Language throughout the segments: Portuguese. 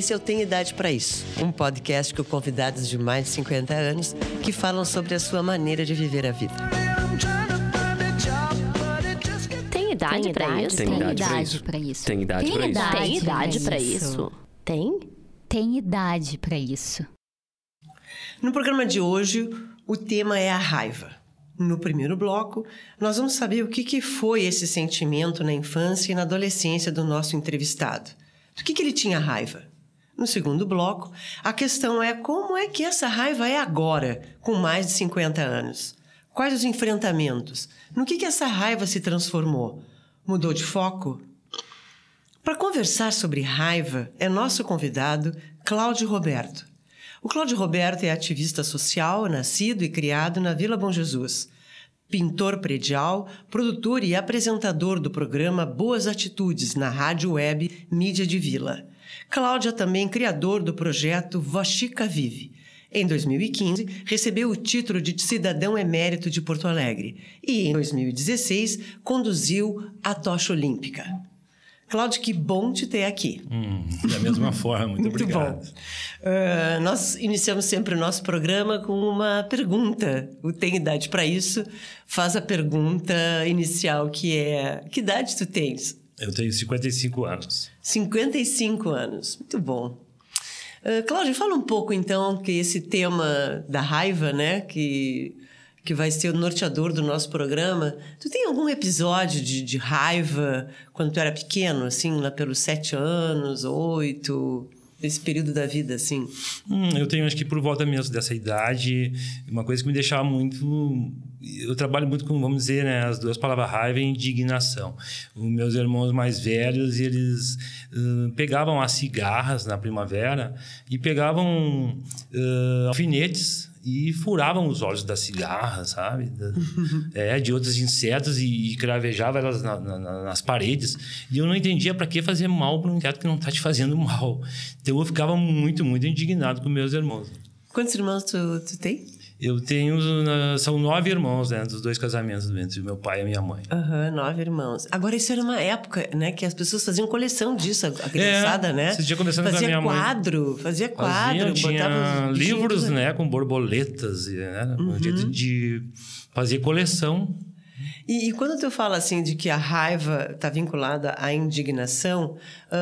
Esse é o Tem Idade para Isso, um podcast com convidados de mais de 50 anos que falam sobre a sua maneira de viver a vida. Tem idade para isso? Tem idade para isso. Tem idade para isso? Tem idade para isso. Tem idade para isso. No programa de hoje, o tema é a raiva. No primeiro bloco, nós vamos saber o que foi esse sentimento na infância e na adolescência do nosso entrevistado. Do que ele tinha raiva? No segundo bloco, a questão é como é que essa raiva é agora, com mais de 50 anos? Quais os enfrentamentos? No que essa raiva se transformou? Mudou de foco? Para conversar sobre raiva, é nosso convidado Cláudio Roberto. O Cláudio Roberto é ativista social, nascido e criado na Vila Bom Jesus. Pintor predial, produtor e apresentador do programa Boas Atitudes na rádio web Mídia de Vila. Cláudio é também criador do projeto Voz Chica Vive. Em 2015, recebeu o título de cidadão emérito de Porto Alegre e, em 2016, conduziu a Tocha Olímpica. Cláudio, que bom te ter aqui. Da mesma forma, muito obrigado. Bom. Nós iniciamos sempre o nosso programa com uma pergunta. O Tem Idade para Isso faz a pergunta inicial, que é: que idade tu tens? Eu tenho 55 anos. 55 anos, muito bom. Cláudio, fala um pouco então que esse tema da raiva, né, que vai ser o norteador do nosso programa. Tu tem algum episódio de raiva quando tu era pequeno, assim, lá pelos 7 anos, 8, esse período da vida, assim? Eu tenho, acho que por volta mesmo dessa idade, uma coisa que me deixava muito... Eu trabalho muito com, vamos dizer, né, as duas palavras raiva e indignação. Os meus irmãos mais velhos, eles pegavam as cigarras na primavera e pegavam alfinetes e furavam os olhos das cigarras, sabe? De outros insetos e cravejavam elas nas paredes. E eu não entendia para que fazer mal para um inseto que não está te fazendo mal. Então eu ficava muito, muito indignado com meus irmãos. Quantos irmãos tu tem? Eu tenho... São 9 irmãos, né? Dos 2 casamentos, entre meu pai e a minha mãe. 9 irmãos. Agora, isso era uma época, né? Que as pessoas faziam coleção disso, a criançada, né? Esse dia conversando com a minha mãe. Fazia quadro. Tinha livros, né? Com borboletas, né? Um jeito de fazer coleção. E quando tu fala assim de que a raiva está vinculada à indignação,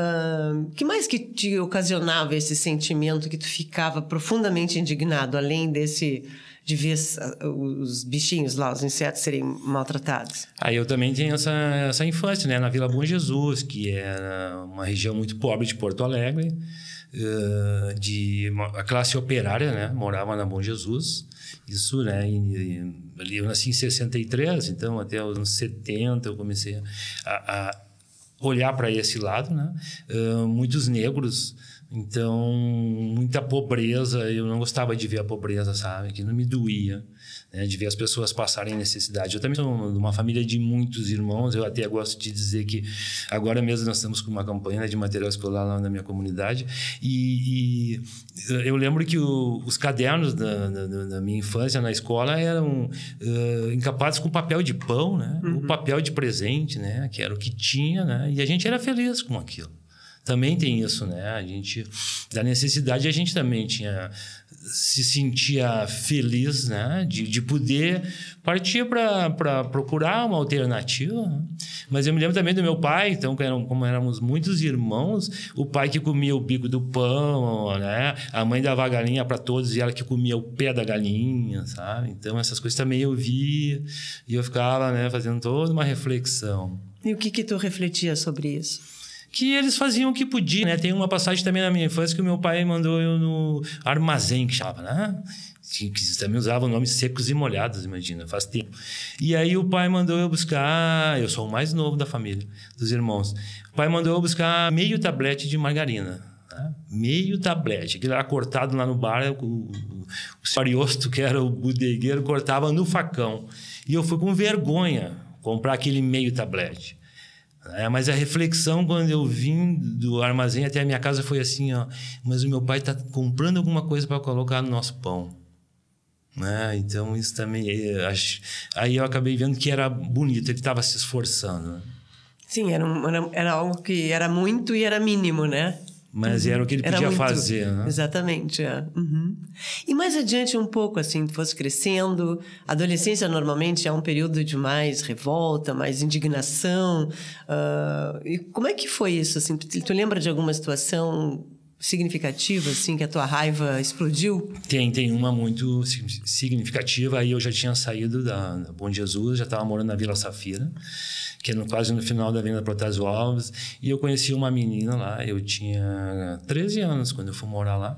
que mais que te ocasionava esse sentimento que tu ficava profundamente indignado, além de ver os bichinhos lá, os insetos serem maltratados? Aí eu também tenho essa infância, né? Na Vila Bom Jesus, que era uma região muito pobre de Porto Alegre, a classe operária, né? Morava na Bom Jesus. Isso, né? Ali eu nasci em 63, então até os anos 70 eu comecei a olhar para esse lado, né? Muitos negros, então muita pobreza. Eu não gostava de ver a pobreza, sabe? Que não me doía, né? De ver as pessoas passarem necessidade. Eu também sou de uma família de muitos irmãos. Eu até gosto de dizer que agora mesmo nós estamos com uma campanha de material escolar lá na minha comunidade e eu lembro que os cadernos da minha infância na escola eram encapados com papel de pão, né? O papel de presente, né? Que era o que tinha, né? E a gente era feliz com aquilo. Também tem isso, né? A gente, da necessidade, a gente também se sentia feliz, né? De poder partir para procurar uma alternativa, né? Mas eu me lembro também do meu pai, então, como éramos muitos irmãos, o pai que comia o bico do pão, né? A mãe dava a galinha para todos e ela que comia o pé da galinha, sabe? Então, essas coisas também eu via e eu ficava, né, fazendo toda uma reflexão. E o que tu refletia sobre isso? Que eles faziam o que podiam, né? Tem uma passagem também na minha infância que o meu pai mandou eu no armazém, que chamava, né? Que também usava o nome Secos e Molhados, imagina, faz tempo. E aí o pai mandou eu buscar... Eu sou o mais novo da família, dos irmãos. O pai mandou eu buscar meio tablete de margarina. Né? Meio tablete. Aquilo era cortado lá no bar, o Ariosto, que era o bodegueiro, cortava no facão. E eu fui com vergonha comprar aquele meio tablete. Mas a reflexão quando eu vim do armazém até a minha casa foi assim, ó, mas o meu pai está comprando alguma coisa para colocar no nosso pão, né? Então isso também aí eu acabei vendo que era bonito, ele estava se esforçando, né? Sim, era algo que era muito e era mínimo, né? Mas era o que ele podia fazer, né? Exatamente, é. E mais adiante um pouco, assim, tu fosse crescendo, a adolescência normalmente é um período de mais revolta, mais indignação. E como é que foi isso, assim? Tu lembra de alguma situação significativa, assim, que a tua raiva explodiu? Tem uma muito significativa. Aí eu já tinha saído da Bom Jesus, já estava morando na Vila Safira, que é quase no final da Avenida Protásio Alves, e eu conheci uma menina lá. Eu tinha 13 anos quando eu fui morar lá,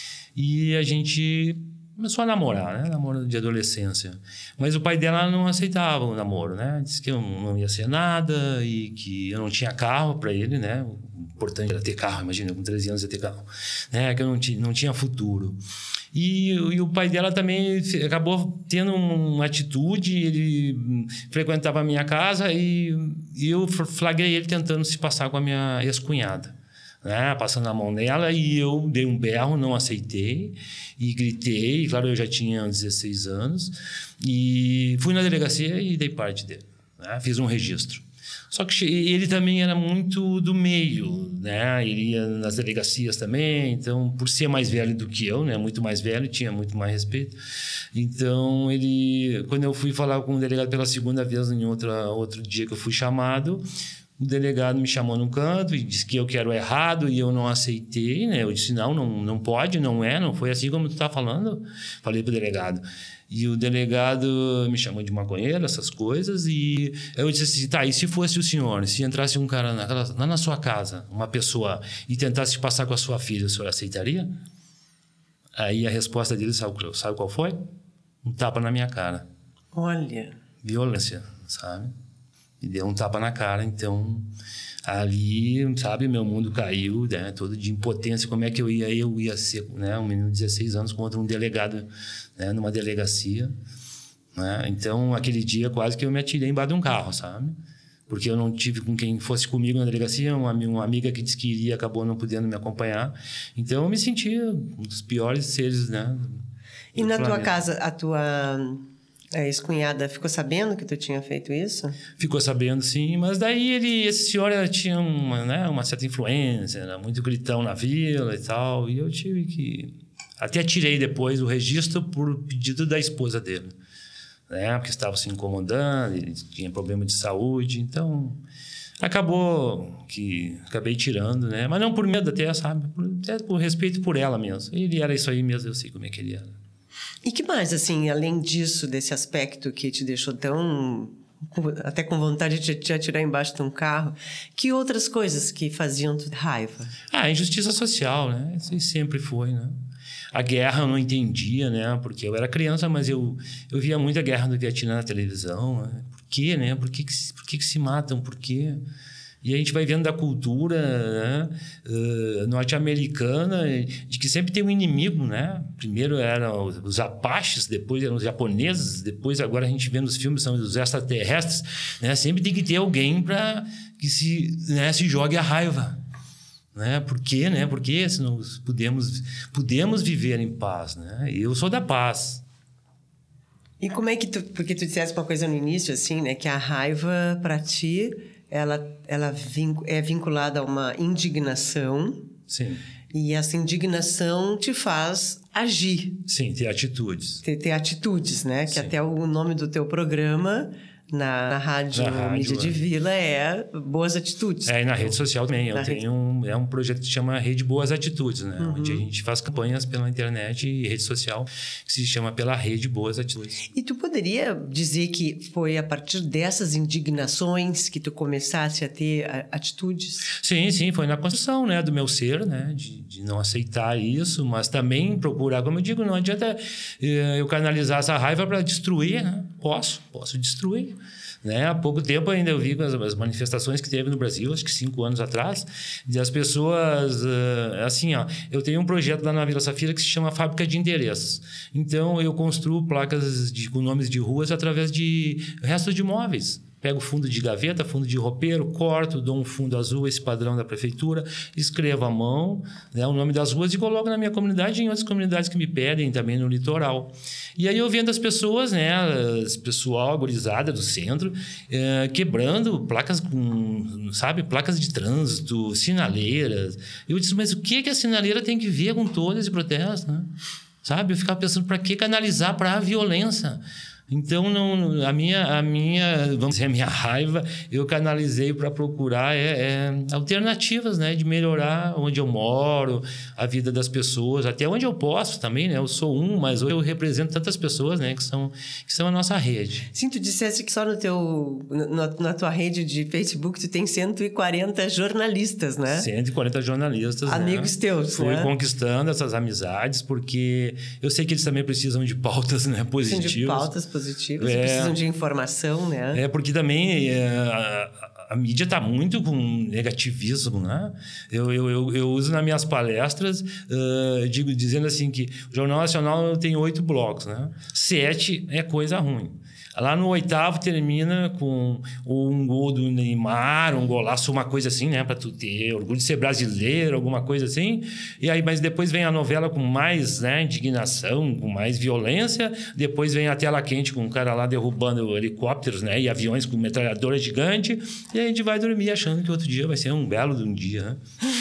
e a gente começou a namorar, né? Namoro de adolescência. Mas o pai dela não aceitava o namoro, né? Disse que eu não ia ser nada e que eu não tinha carro para ele, né? O importante era ter carro, imagina, com 13 anos ia ter carro, né? Que eu não tinha futuro. E o pai dela também acabou tendo uma atitude, ele frequentava a minha casa e eu flagrei ele tentando se passar com a minha ex-cunhada, né? Passando a mão nela, e eu dei um berro, não aceitei e gritei. Claro, eu já tinha 16 anos e fui na delegacia e dei parte dele, né? Fiz um registro. Só que ele também era muito do meio, né? Ele ia nas delegacias também, então, por ser mais velho do que eu, né? Muito mais velho, tinha muito mais respeito. Então, quando eu fui falar com o delegado pela segunda vez, em outro dia que eu fui chamado, o delegado me chamou num canto e disse que eu que era o errado e eu não aceitei, né? Eu disse, não pode, não foi assim como tu tá falando. Falei pro delegado. E o delegado me chamou de maconheiro, essas coisas, e eu disse assim, tá, e se fosse o senhor, se entrasse um cara lá na sua casa, uma pessoa, e tentasse passar com a sua filha, o senhor aceitaria? Aí a resposta dele, sabe qual foi? Um tapa na minha cara. Olha. Violência, sabe? Me deu um tapa na cara, então ali, sabe, meu mundo caiu, né, todo de impotência. Como é que eu ia ser, né, um menino de 16 anos contra um delegado, né, numa delegacia, né? Então, aquele dia quase que eu me atirei embaixo de um carro, sabe? Porque eu não tive com quem fosse comigo na delegacia, uma amiga que disse que iria, acabou não podendo me acompanhar. Então, eu me sentia um dos piores seres, né? E na tua casa, a tua ex-cunhada ficou sabendo que tu tinha feito isso? Ficou sabendo, sim, mas daí esse senhor tinha uma certa influência, era muito gritão na vila e tal, e eu tive que... Até tirei depois o registro por pedido da esposa dele, né? Porque estava se incomodando, ele tinha problema de saúde, então acabei tirando, né? Mas não por medo até, sabe? Até por respeito por ela mesmo. Ele era isso aí mesmo, eu sei como é que ele era. E que mais, assim, além disso, desse aspecto que te deixou até com vontade de te atirar embaixo de um carro, que outras coisas que faziam tu raiva? A injustiça social, né? Isso sempre foi, né? A guerra eu não entendia, né? Porque eu era criança, mas eu via muito a guerra do Vietnã na televisão, né? Por quê, né? Por que se matam? Por quê? E a gente vai vendo da cultura, né, norte-americana, de que sempre tem um inimigo, né? Primeiro eram os apaches, depois eram os japoneses, depois agora a gente vê nos filmes são os extraterrestres, né? Sempre tem que ter alguém para que se jogue a raiva, né? Por quê, né? Porque se nós podemos viver em paz, né? Eu sou da paz. E como é que porque tu disseste uma coisa no início, assim, né? Que a raiva, para ti, ela é vinculada a uma indignação. Sim. E essa indignação te faz agir. Sim, ter atitudes. Ter atitudes, né? Sim. Que até o nome do teu programa na rádio Mídia de Vila é Boas Atitudes. E na rede social também. Eu tenho um projeto que se chama Rede Boas Atitudes, né? Onde a gente faz campanhas pela internet e rede social que se chama pela Rede Boas Atitudes. E tu poderia dizer que foi a partir dessas indignações que tu começasse a ter atitudes? Sim, foi na construção, né, do meu ser, né, de não aceitar isso, mas também procurar, como eu digo, não adianta eu canalizar essa raiva para destruir, né? Posso destruir, né? Há pouco tempo ainda eu vi as manifestações que teve no Brasil, acho que 5 anos atrás, de as pessoas, assim, ó, eu tenho um projeto lá na Vila Safira que se chama Fábrica de Endereços. Então, eu construo placas com nomes de ruas através de restos de móveis. Pego fundo de gaveta, fundo de roupeiro, corto, dou um fundo azul, esse padrão da prefeitura, escrevo à mão, né, o nome das ruas e coloco na minha comunidade e em outras comunidades que me pedem, também no litoral. E aí eu vendo as pessoas, né, as pessoal gurizada do centro, quebrando placas placas de trânsito, sinaleiras. Eu disse, mas o que a sinaleira tem que ver com todo esse protesto, né? Sabe? Eu ficava pensando, para que canalizar para a violência? Então, a minha, vamos dizer, a minha raiva, eu canalizei para procurar alternativas, né? De melhorar onde eu moro, a vida das pessoas, até onde eu posso também, né? Eu sou mas hoje eu represento tantas pessoas, né? Que são a nossa rede. Sim, tu disseste que só na tua rede de Facebook tu tem 140 jornalistas, né? 140 jornalistas, amigos teus, Fui né? conquistando essas amizades, porque eu sei que eles também precisam de pautas, né? Positivas. Sim, de pautas positivas, precisam de informação, né? Porque também a mídia está muito com negativismo, né? Eu uso nas minhas palestras, dizendo assim que o Jornal Nacional tem 8 blocos, né? 7 é coisa ruim. Lá no 8º termina com um gol do Neymar, um golaço, uma coisa assim, né? Para tu ter orgulho de ser brasileiro, alguma coisa assim. E aí, mas depois vem a novela com mais, né, indignação, com mais violência. Depois vem a tela quente com o cara lá derrubando helicópteros, né? E aviões com metralhadora gigante. E aí a gente vai dormir achando que outro dia vai ser um belo de um dia, né?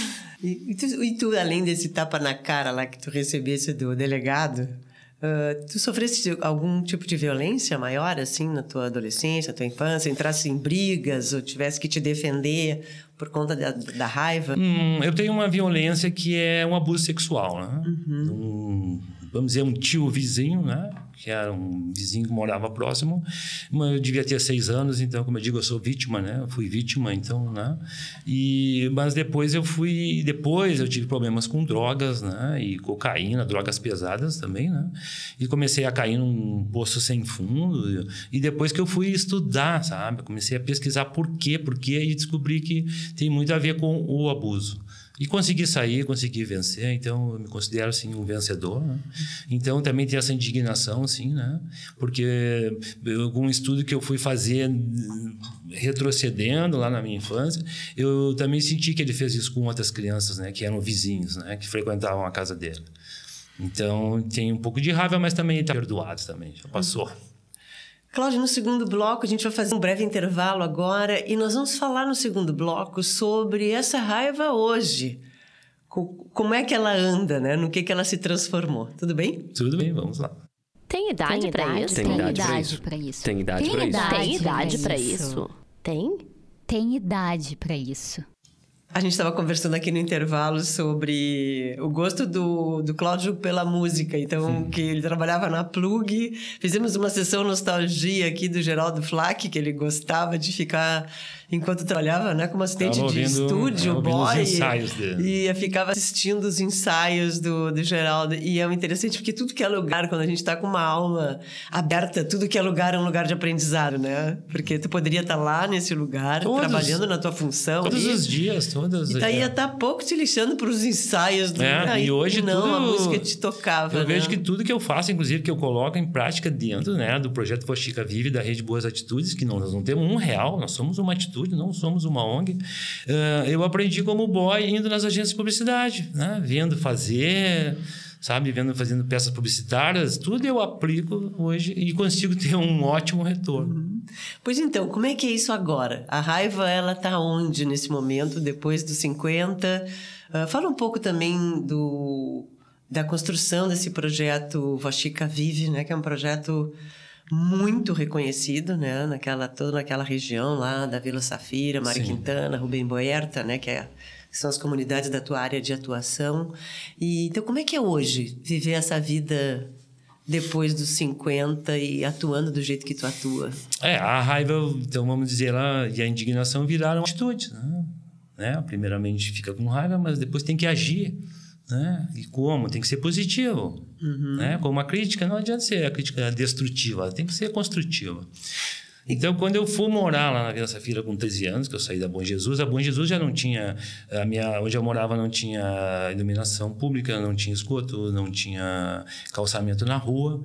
E tu, além desse tapa na cara lá que tu recebesse do delegado... tu sofreste algum tipo de violência maior, assim, na tua adolescência, na tua infância? Entrasse em brigas ou tivesse que te defender por conta da raiva? Eu tenho uma violência que é um abuso sexual, né? Vamos dizer, um tio vizinho, né? Que era um vizinho que morava próximo. Eu devia ter 6 anos, então, como eu digo, eu sou vítima, né? Eu fui vítima, então, né? Mas depois eu tive problemas com drogas, né? E cocaína, drogas pesadas também, né? E comecei a cair num poço sem fundo. E depois que eu fui estudar, sabe? Eu comecei a pesquisar por quê, e descobri que tem muito a ver com o abuso. E consegui sair, consegui vencer, então eu me considero, assim, um vencedor, né? Então também tem essa indignação, assim, né? Porque com um estudo que eu fui fazer retrocedendo lá na minha infância, eu também senti que ele fez isso com outras crianças, né? Que eram vizinhos, né? Que frequentavam a casa dele. Então tem um pouco de raiva, mas também está perdoado também, já passou. Cláudio, no segundo bloco, a gente vai fazer um breve intervalo agora e nós vamos falar no segundo bloco sobre essa raiva hoje. Como é que ela anda, né? No que ela se transformou. Tudo bem? Tudo bem, vamos lá. Tem idade para isso? Tem idade para isso. Tem idade para isso? Tem? Tem idade para isso. A gente estava conversando aqui no intervalo sobre o gosto do Cláudio pela música. Então, que ele trabalhava na Plug. Fizemos uma sessão nostalgia aqui do Geraldo Flack, que ele gostava de ficar, enquanto trabalhava, né, como assistente de estúdio, boy. Os ensaios dele. E ficava assistindo os ensaios do Geraldo. E é interessante porque tudo que é lugar, quando a gente está com uma alma aberta, tudo que é lugar é um lugar de aprendizado, né? Porque tu poderia estar lá nesse lugar, trabalhando na tua função. Todos os dias, E daí ia estar pouco te lixando para os ensaios do e hoje a música te tocava. Eu vejo que tudo que eu faço, inclusive que eu coloco em prática dentro, né, do projeto Vochica Vive, da Rede Boas Atitudes, que nós não temos R$1, nós somos uma atitude, não somos uma ONG. Eu aprendi como boy indo nas agências de publicidade, né, vendo fazer, sabe, fazendo peças publicitárias, tudo eu aplico hoje e consigo ter um ótimo retorno. Pois então, como é que é isso agora? A raiva, ela está onde nesse momento, depois dos 50? Fala um pouco também da construção desse projeto Vochica Vive, né? Que é um projeto muito reconhecido, né? Toda naquela região lá da Vila Safira, Mário Quintana, Rubem Boerta, né? Que são as comunidades da tua área de atuação. Então, como é que é hoje viver essa vida depois dos 50 e atuando do jeito que tu atua? A raiva, então vamos dizer lá, e a indignação viraram atitudes, né? Primeiramente fica com raiva, mas depois tem que agir, né? E como? Tem que ser positivo, né? Como a crítica, não adianta ser a crítica destrutiva, ela tem que ser construtiva. Então, quando eu fui morar lá na Vila Safira com 13 anos, que eu saí da Bom Jesus, a Bom Jesus já não tinha... onde eu morava não tinha iluminação pública, não tinha esgoto, não tinha calçamento na rua.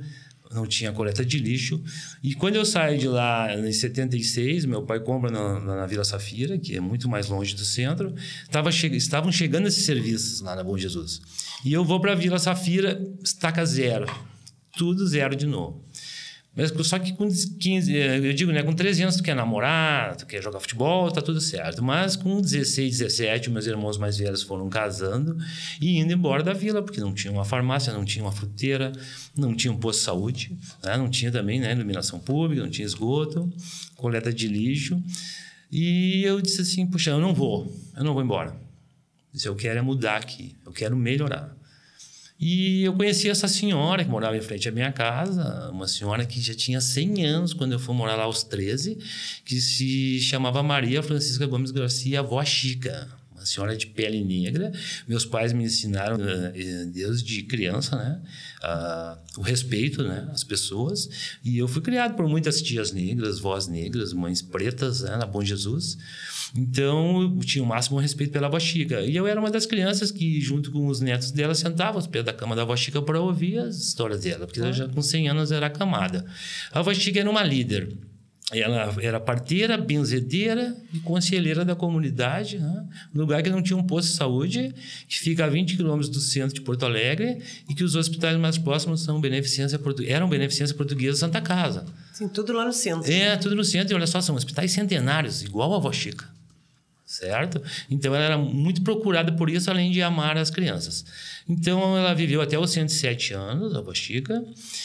não tinha coleta de lixo. E quando eu saio de lá, em 76, meu pai compra na Vila Safira, que é muito mais longe do centro. Estavam chegando esses serviços lá na Bom Jesus. E eu vou para a Vila Safira, estaca zero. Tudo zero de novo. Mas só que com 15, eu digo, né, com 13 anos tu quer namorar, tu quer jogar futebol, tá tudo certo. Mas com 16, 17, meus irmãos mais velhos foram casando e indo embora da vila, porque não tinha uma farmácia, não tinha uma fruteira, não tinha um posto de saúde, né, não tinha também, né, iluminação pública, não tinha esgoto, coleta de lixo. E eu disse assim, puxa, eu não vou embora. Disse, eu quero é mudar aqui, eu quero melhorar. E eu conheci essa senhora que morava em frente à minha casa, uma senhora que já tinha 100 anos quando eu fui morar lá aos 13, que se chamava Maria Francisca Gomes Garcia, avó Chica, uma senhora de pele negra. Meus pais me ensinaram desde criança, né, o respeito, né, às pessoas. E eu fui criado por muitas tias negras, vós negras, mães pretas, né, na Bom Jesus. Então, eu tinha o máximo respeito pela avó Chica. E eu era uma das crianças que, junto com os netos dela, sentava aos pés da cama da avó Chica para ouvir as histórias dela, porque ela já com 100 anos era acamada. A avó Chica era uma líder. Ela era parteira, benzedeira e conselheira da comunidade, né? Um lugar que não tinha um posto de saúde, que fica a 20 quilômetros do centro de Porto Alegre e que os hospitais mais próximos eram Beneficência Portuguesa Santa Casa. Sim, tudo lá no centro. Tudo no centro. E olha só, são hospitais centenários, igual a avó Chica. Certo? Então, ela era muito procurada por isso, além de amar as crianças. Então, ela viveu até os 107 anos, a avó Chica,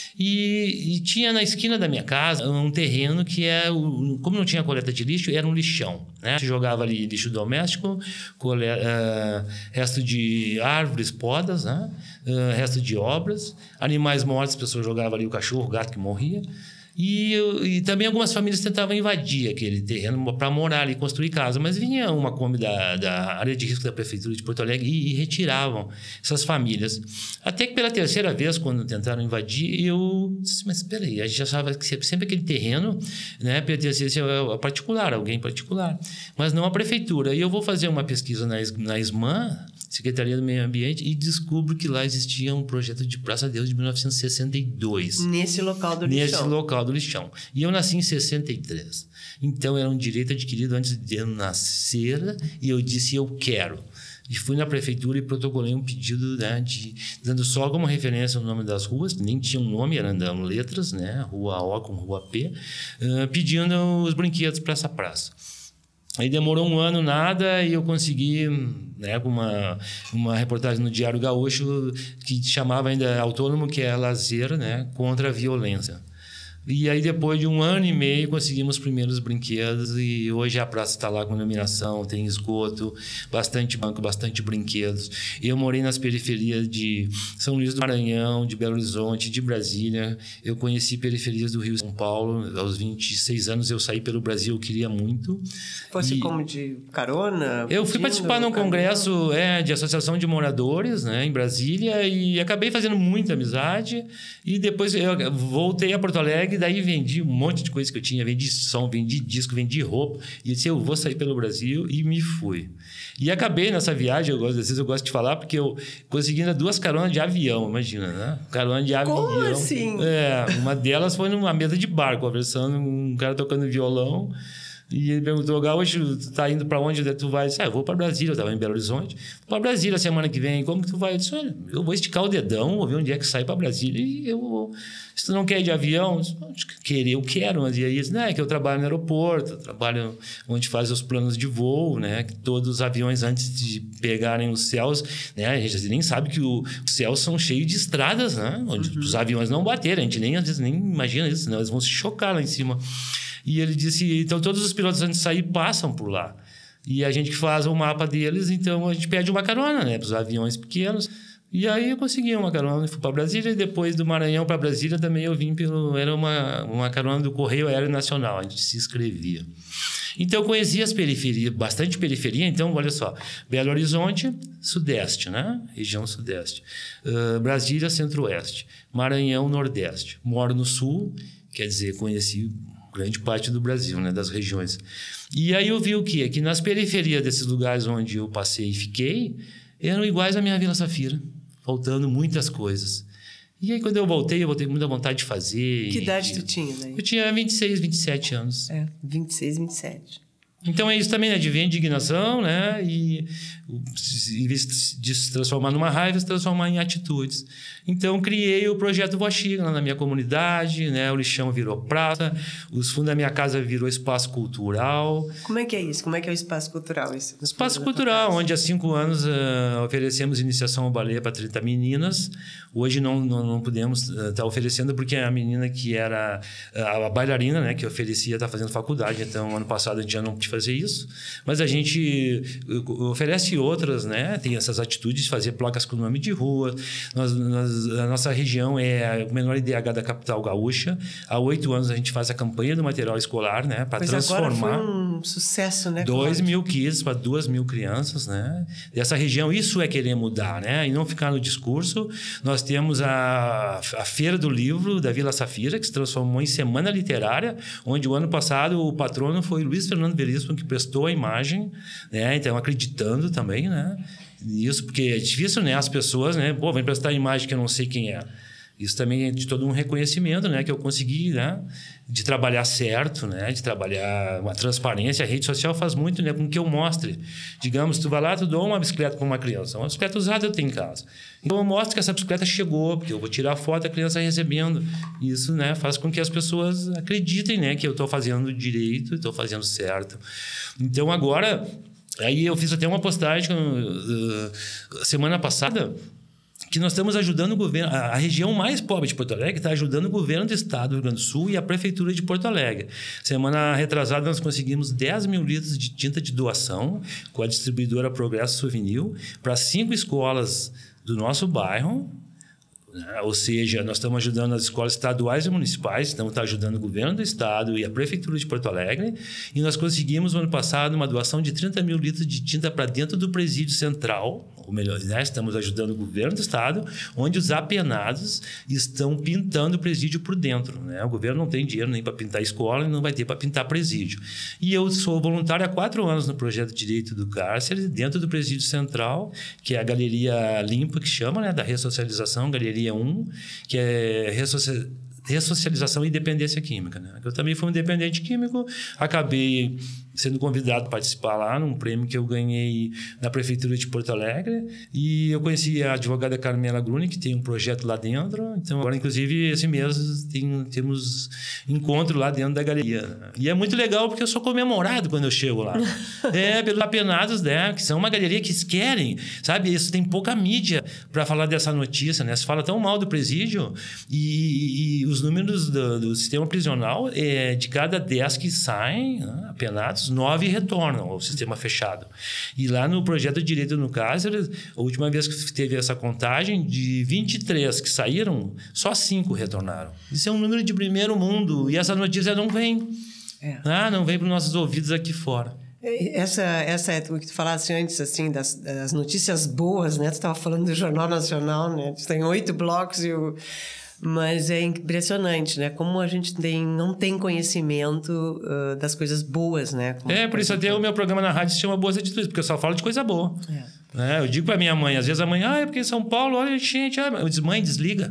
e tinha na esquina da minha casa um terreno que como não tinha coleta de lixo, era um lixão, né? Se jogava ali lixo doméstico, resto de árvores, podas, né? Resto de obras, animais mortos, as pessoas jogavam ali o cachorro, o gato que morria. E também algumas famílias tentavam invadir aquele terreno para morar ali, construir casa. Mas vinha uma Kombi da área de risco da Prefeitura de Porto Alegre e retiravam essas famílias. Até que pela terceira vez, quando tentaram invadir, eu disse, mas espera aí, a gente achava que sempre aquele terreno, né, pertencia a particular, alguém particular, mas não a Prefeitura. E eu vou fazer uma pesquisa na SMAN, Secretaria do Meio Ambiente, e descubro que lá existia um projeto de Praça Deus de 1962. Nesse local do lixão. Nesse local do lixão. E eu nasci em 63. Então, era um direito adquirido antes de eu nascer, e eu disse, eu quero. E fui na prefeitura e protocolei um pedido, né, dando só como referência o nome das ruas, que nem tinha um nome, eram letras, né, Rua O com Rua P, pedindo os brinquedos para essa praça. Aí demorou um ano, nada, e eu consegui, né, com uma reportagem no Diário Gaúcho que chamava ainda Autônomo, que é lazer, né, contra a violência. E aí, depois de 1 ano e meio, conseguimos os primeiros brinquedos e hoje a praça está lá com iluminação, tem esgoto, bastante banco, bastante brinquedos. Eu morei nas periferias de São Luís do Maranhão, de Belo Horizonte, de Brasília. Eu conheci periferias do Rio e São Paulo. Aos 26 anos eu saí pelo Brasil, eu queria muito. Fosse como de carona? Eu fui participar num congresso de associação de moradores, né, em Brasília, e acabei fazendo muita amizade. E depois eu voltei a Porto Alegre. E daí vendi um monte de coisa que eu tinha, vendi som, vendi disco, vendi roupa, e eu disse, eu vou sair pelo Brasil, e me fui. E acabei nessa viagem, às vezes eu gosto de falar, porque eu consegui ainda 2 caronas de avião, imagina, né? Carona de avião. Como assim? Uma delas foi numa mesa de bar, conversando, um cara tocando violão. E ele perguntou, Gaúcho, tu tá indo para onde tu vai? Eu disse, eu vou para Brasília, eu estava em Belo Horizonte. Vou para Brasília semana que vem, como que tu vai? Eu disse, olha, eu vou esticar o dedão, vou ver onde é que sai para Brasília e eu vou. Se tu não quer ir de avião, eu quero, mas e aí, é que eu trabalho no aeroporto, eu trabalho onde faz os planos de voo, né? Que todos os aviões, antes de pegarem os céus, né? A gente nem sabe que os céus são cheios de estradas, né? Onde os aviões não bateram, a gente às vezes nem imagina isso, senão eles vão se chocar lá em cima. E ele disse, então todos os pilotos antes de sair passam por lá. E a gente que faz o mapa deles, então a gente pede uma carona, né, para os aviões pequenos. E aí eu consegui uma carona, fui para Brasília, e depois do Maranhão para Brasília também eu vim era uma carona do Correio Aéreo Nacional, a gente se inscrevia. Então eu conheci as periferias, bastante periferia, então olha só, Belo Horizonte, Sudeste, né, região Sudeste, Brasília, Centro-Oeste, Maranhão, Nordeste. Moro no Sul, quer dizer, conheci grande parte do Brasil, né, das regiões. E aí eu vi o quê? Que nas periferias desses lugares onde eu passei e fiquei, eram iguais à minha Vila Safira, faltando muitas coisas. E aí, quando eu voltei com muita vontade de fazer. Que idade tu tinha daí? Eu tinha 26, 27 anos. 26, 27. Então, é isso também, né? De ver indignação, né? E em vez de se transformar numa raiva, se transformar em atitudes. Então, criei o projeto Vó Chica lá na minha comunidade, né? O lixão virou praça, os fundos da minha casa virou espaço cultural. Como é que é isso? Como é que é o espaço cultural? Espaço cultural, onde há 5 anos oferecemos iniciação ao balé para 30 meninas. Hoje não podemos estar oferecendo porque a menina que era a bailarina, né? Que oferecia, está fazendo faculdade. Então, ano passado a gente já não pôde fazer isso. Mas a gente oferece outras, né? Tem essas atitudes de fazer placas com nome de rua. A nossa região é o menor IDH da capital gaúcha. Há 8 anos a gente faz a campanha do material escolar, né? Para transformar. Agora foi um sucesso, né? 2.000 kits para 2.000 crianças, né? Dessa região, isso é querer mudar, né? E não ficar no discurso. Nós temos a Feira do Livro da Vila Safira, que se transformou em Semana Literária, onde o ano passado o patrono foi Luiz Fernando Veríssimo, que prestou a imagem, né? Então, acreditando também, né? Isso, porque é difícil, né? As pessoas, né? Pô, vem prestar a imagem que eu não sei quem é. Isso também é de todo um reconhecimento, né? Que eu consegui, né? De trabalhar certo, né? De trabalhar uma transparência. A rede social faz muito, né? Com que eu mostre. Digamos, tu vai lá, tu dou uma bicicleta para uma criança. Uma bicicleta usada eu tenho em casa. Então, eu mostro que essa bicicleta chegou, porque eu vou tirar a foto da criança recebendo. Isso, né? Faz com que as pessoas acreditem, né? Que eu estou fazendo direito, estou fazendo certo. Então, agora... Aí eu fiz até uma postagem semana passada que nós estamos ajudando o governo, a região mais pobre de Porto Alegre está ajudando o governo do estado do Rio Grande do Sul e a prefeitura de Porto Alegre. Semana retrasada nós conseguimos 10 mil litros de tinta de doação com a distribuidora Progresso Souvenir para 5 escolas do nosso bairro. Ou seja, nós estamos ajudando as escolas estaduais e municipais, estamos ajudando o governo do estado e a prefeitura de Porto Alegre, e nós conseguimos, no ano passado, uma doação de 30 mil litros de tinta para dentro do presídio central, ou melhor, né, estamos ajudando o governo do estado, onde os apenados estão pintando o presídio por dentro. Né? O governo não tem dinheiro nem para pintar a escola e não vai ter para pintar presídio. E eu sou voluntário há 4 anos no projeto Direito do Cárcere, dentro do presídio central, que é a Galeria Limpa, que chama, né, da ressocialização, Galeria 1, que é ressocialização e dependência química. Né? Eu também fui um dependente químico, acabei sendo convidado a participar lá num prêmio que eu ganhei na Prefeitura de Porto Alegre, e eu conheci a advogada Carmela Gruni, que tem um projeto lá dentro. Então, agora, inclusive, esse mês temos encontro lá dentro da galeria. E é muito legal porque eu sou comemorado quando eu chego lá. Pelos apenados, né? Que são uma galeria que querem, sabe? Isso tem pouca mídia para falar dessa notícia, né? Se fala tão mal do presídio e os números do sistema prisional, de cada 10 que saem, né, apenados, 9 retornam ao sistema fechado. E lá no projeto Direito no Cárcere, a última vez que teve essa contagem, de 23 que saíram, só 5 retornaram. Isso é um número de primeiro mundo, e essa notícia não vem. Não vem para os nossos ouvidos aqui fora. Essa é o que tu falaste antes, assim, das notícias boas, né? Tu estava falando do Jornal Nacional, né? Tem 8 blocos mas é impressionante, né? Como a gente não tem conhecimento das coisas boas, né? Por isso até o meu programa na rádio se chama Boas Atitudes, porque eu só falo de coisa boa. Eu digo para minha mãe, às vezes a mãe, é porque em São Paulo, olha, gente, eu disse, mãe, desliga.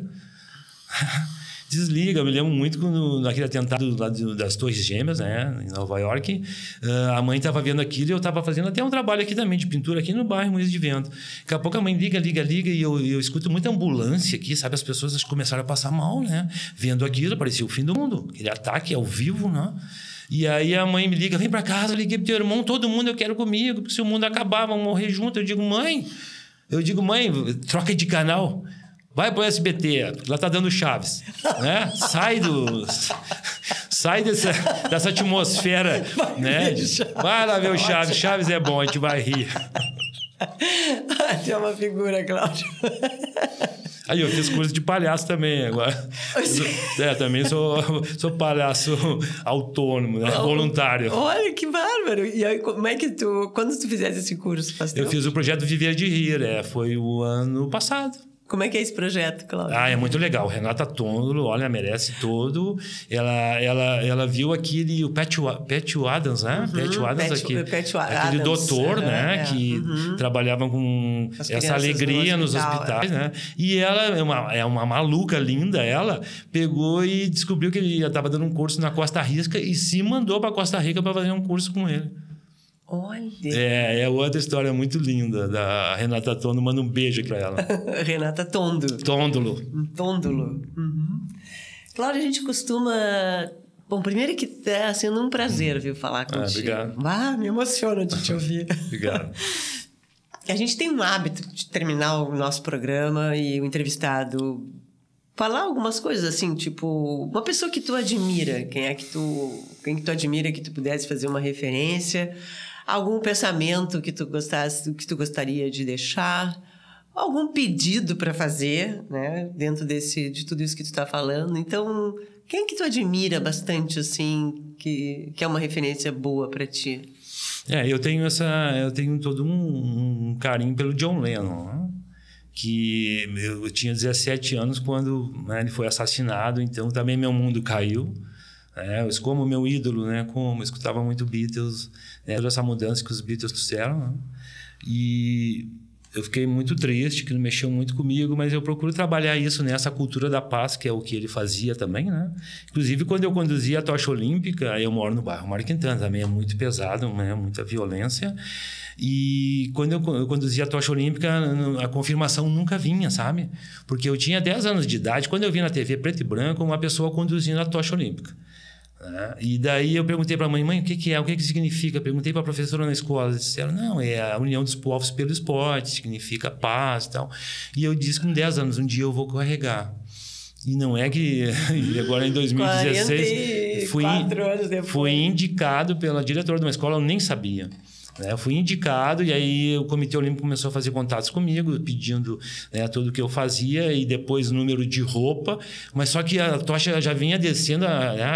Desliga. Eu me lembro muito naquele atentado lá das Torres Gêmeas, né, em Nova York. A mãe estava vendo aquilo e eu estava fazendo até um trabalho aqui também de pintura aqui no bairro Moinhos de Vento. Daqui a pouco a mãe liga e eu escuto muita ambulância aqui, sabe? As pessoas começaram a passar mal, né? Vendo aquilo, parecia o fim do mundo. Aquele ataque ao vivo, né? E aí a mãe me liga, vem para casa, eu liguei pro teu irmão, todo mundo eu quero comigo, porque se o mundo acabar, vamos morrer junto. Eu digo, mãe, troca de canal. Vai pro SBT, lá tá dando Chaves, né? Sai dessa atmosfera, né? Vai lá ver o Chaves. Chaves é bom, a gente vai rir. Tem uma figura, Cláudio. Aí eu fiz curso de palhaço também agora. Também sou palhaço autônomo, né? Voluntário. Olha, que bárbaro! E aí, como é que quando tu fizeste esse curso? Eu fiz o projeto Viver de Rir, foi o ano passado. Como é que é esse projeto, Cláudio? É muito legal. Renata Tondolo, olha, merece todo. Ela viu aquele, o Pat Adams, né? Pat Adams, aquele doutor, né? Que trabalhava com essa alegria nos hospitais, né? E ela é uma maluca linda, ela pegou e descobriu que ele estava dando um curso na Costa Rica e se mandou para Costa Rica para fazer um curso com ele. Olha! É outra história muito linda da Renata Tondolo. Manda um beijo para ela. Renata Tondolo. Cláudio, a gente costuma... Bom, primeiro que está sendo um prazer, viu, falar contigo. Obrigado. Me emociona de te ouvir. Obrigado. A gente tem um hábito de terminar o nosso programa e o entrevistado falar algumas coisas assim, tipo, uma pessoa que tu admira, quem que tu admira, que tu pudesse fazer uma referência, algum pensamento que tu gostaria de deixar, algum pedido para fazer, né, dentro de tudo isso que tu está falando. Então, quem que tu admira bastante, assim, que é uma referência boa para ti? Eu tenho todo um carinho pelo John Lennon, né? Que eu tinha 17 anos quando, né, ele foi assassinado, então também meu mundo caiu. Como meu ídolo, né? Como eu escutava muito Beatles, né? Toda essa mudança que os Beatles trouxeram, né? E eu fiquei muito triste, que ele mexeu muito comigo, mas eu procuro trabalhar isso nessa cultura da paz, que é o que ele fazia também, né? Inclusive, quando eu conduzia a tocha olímpica, eu moro no bairro Mário Quintana, também é muito pesado, né? Muita violência. E quando eu conduzia a tocha olímpica, a confirmação nunca vinha, sabe? Porque eu tinha 10 anos de idade, quando eu vi na TV preto e branco uma pessoa conduzindo a tocha olímpica. E daí eu perguntei para a mãe, o que é? O que significa? Perguntei para a professora na escola. Eles disseram, não, é a união dos povos pelo esporte, significa paz e tal. E eu disse com 10 anos, um dia eu vou carregar. E não é que... E agora em 2016... fui indicado pela diretora de uma escola, eu nem sabia. Eu fui indicado e aí o Comitê Olímpico começou a fazer contatos comigo, pedindo, né, tudo o que eu fazia e depois número de roupa, mas só que a tocha já vinha descendo,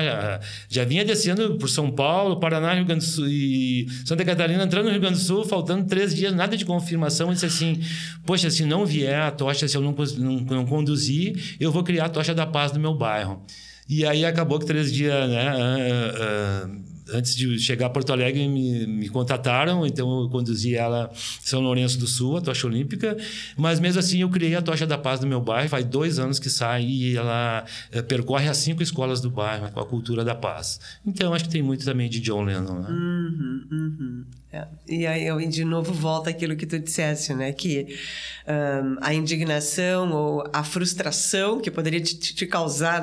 por São Paulo, Paraná, Rio Grande do Sul e Santa Catarina, entrando no Rio Grande do Sul, faltando 3 dias, nada de confirmação. Eu disse assim, poxa, se não vier a tocha, se eu não conduzir, eu vou criar a tocha da paz no meu bairro. E aí acabou que 3 dias, né, antes de chegar a Porto Alegre, me contataram, então eu conduzi ela em São Lourenço do Sul, a tocha olímpica, mas mesmo assim eu criei a Tocha da Paz do meu bairro, faz 2 anos que sai e ela percorre as 5 escolas do bairro, com a cultura da paz. Então, acho que tem muito também de John Lennon, né? E aí, de novo, volta aquilo que tu disseste, né? Que a indignação ou a frustração que poderia te causar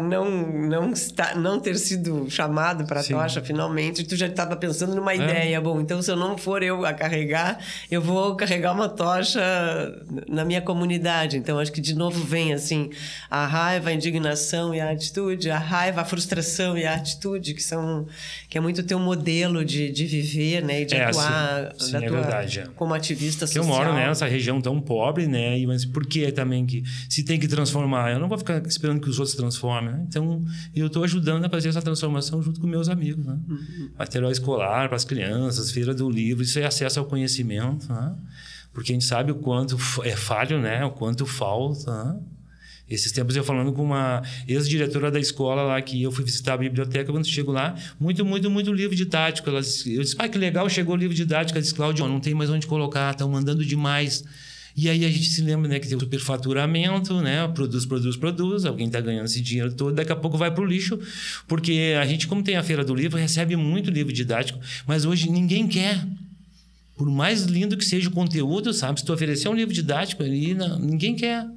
não ter sido chamado para a tocha, finalmente, tu já estava pensando numa ideia. Bom, então, se eu não for eu a carregar, eu vou carregar uma tocha na minha comunidade. Então, acho que, de novo, vem, assim, a raiva, a indignação e a atitude, a raiva, a frustração e a atitude, que é muito o teu modelo de viver, né? E de atuar. Sim, é verdade. Como ativista social. Eu moro nessa região tão pobre, né? Mas por que também que se tem que transformar? Eu não vou ficar esperando que os outros transformem, né? Então, eu estou ajudando a fazer essa transformação junto com meus amigos, né? Material escolar para as crianças, feira do livro, isso é acesso ao conhecimento, né? Porque a gente sabe o quanto é falho, né? O quanto falta, né? Esses tempos eu falando com uma ex-diretora da escola lá, que eu fui visitar a biblioteca, quando chego lá, muito livro didático. Eu disse, que legal, chegou o livro didático. Ela disse, Cláudio, não tem mais onde colocar, estão mandando demais. E aí a gente se lembra, né, que tem o superfaturamento, né? Produz, alguém está ganhando esse dinheiro todo, daqui a pouco vai para o lixo, porque a gente, como tem a Feira do Livro, recebe muito livro didático, mas hoje ninguém quer. Por mais lindo que seja o conteúdo, sabe? Se tu oferecer um livro didático ali, ninguém quer.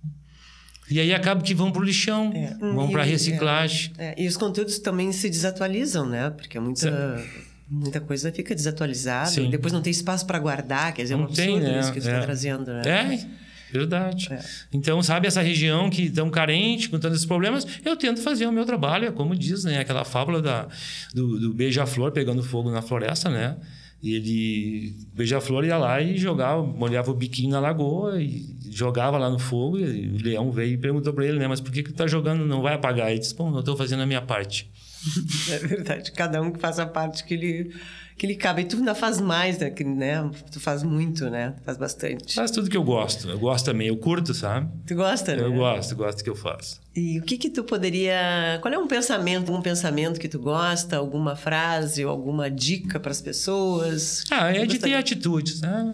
E aí acaba que vão para o lixão, vão para a reciclagem. E os conteúdos também se desatualizam, né? Porque muita coisa fica desatualizada. Sim. Depois não tem espaço para guardar, quer dizer, é um absurdo isso que tu está trazendo, né? Verdade. Então, sabe, essa região que tão carente, com tantos problemas, eu tento fazer o meu trabalho, como diz, né? Aquela fábula do beija-flor pegando fogo na floresta, né? E ele, beija-flor, ia lá e molhava o biquinho na lagoa e jogava lá no fogo. E o leão veio e perguntou para ele, né? Mas por que tu tá jogando, não vai apagar? Ele disse, bom, eu estou fazendo a minha parte. É verdade. Cada um que faz a parte que que lhe cabe. E tu ainda faz mais, né? Tu faz muito, né? Faz bastante. Faz tudo que eu gosto. Eu gosto também, eu curto, sabe? Tu gosta, né? Eu gosto do que eu faço. E o que tu poderia... Qual é um pensamento que tu gosta? Alguma frase ou alguma dica para as pessoas? É de ter atitudes, né?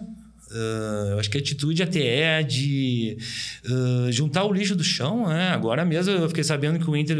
Eu acho que a atitude até é de juntar o lixo do chão, né? Agora mesmo eu fiquei sabendo que o Inter,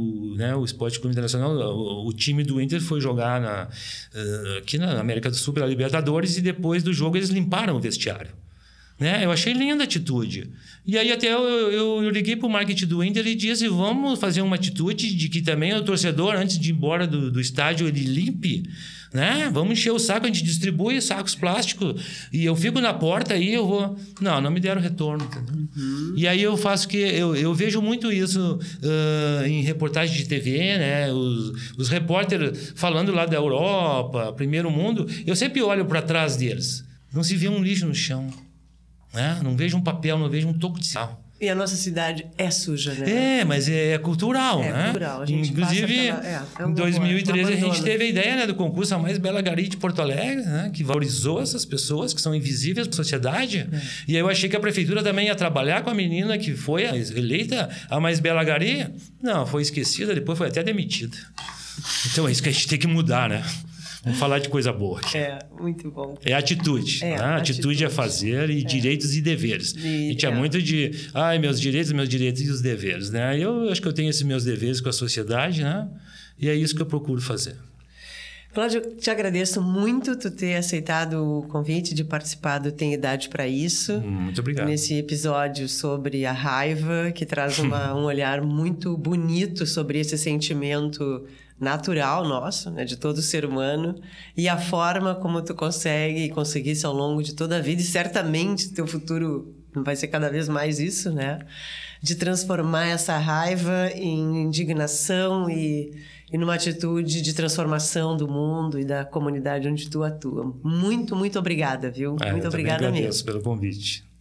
o Esporte Clube Internacional, o time do Inter foi jogar aqui na América do Sul pela Libertadores e depois do jogo eles limparam o vestiário. Né? Eu achei linda a atitude. E aí até eu liguei para o marketing do Inter e disse, vamos fazer uma atitude de que também o torcedor, antes de ir embora do estádio, ele limpe, né? Vamos encher o saco, a gente distribui sacos plásticos e eu fico na porta e eu vou... Não me deram retorno. Entendeu? E aí eu faço que... Eu vejo muito isso em reportagem de TV, né? Os repórteres falando lá da Europa, primeiro mundo, eu sempre olho para trás deles. Não se vê um lixo no chão. Né? Não vejo um papel, não vejo um toco de sal. E a nossa cidade é suja, né? Mas é cultural, né? É cultural. A gente inclusive, em 2013 a gente teve a ideia, né, do concurso A Mais Bela Gari de Porto Alegre, né, que valorizou essas pessoas que são invisíveis para a sociedade. E aí eu achei que a prefeitura também ia trabalhar com a menina que foi eleita a Mais Bela Gari. Não, foi esquecida, depois foi até demitida. Então é isso que a gente tem que mudar, né? Vamos falar de coisa boa aqui. Muito bom. É atitude. Né? Atitude é fazer e direitos e deveres. A gente é muito de... meus direitos e os deveres. Né? Eu acho que eu tenho esses meus deveres com a sociedade, né? E é isso que eu procuro fazer. Cláudio, eu te agradeço muito tu ter aceitado o convite de participar do Tem Idade para Isso. Muito obrigado. Nesse episódio sobre a raiva, que traz um olhar muito bonito sobre esse sentimento natural nosso, né, de todo ser humano, e a forma como tu conseguisse ao longo de toda a vida, e certamente teu futuro vai ser cada vez mais isso, né, de transformar essa raiva em indignação e numa atitude de transformação do mundo e da comunidade onde tu atua. Muito, muito obrigada, viu? Muito obrigada mesmo. Agradeço pelo convite.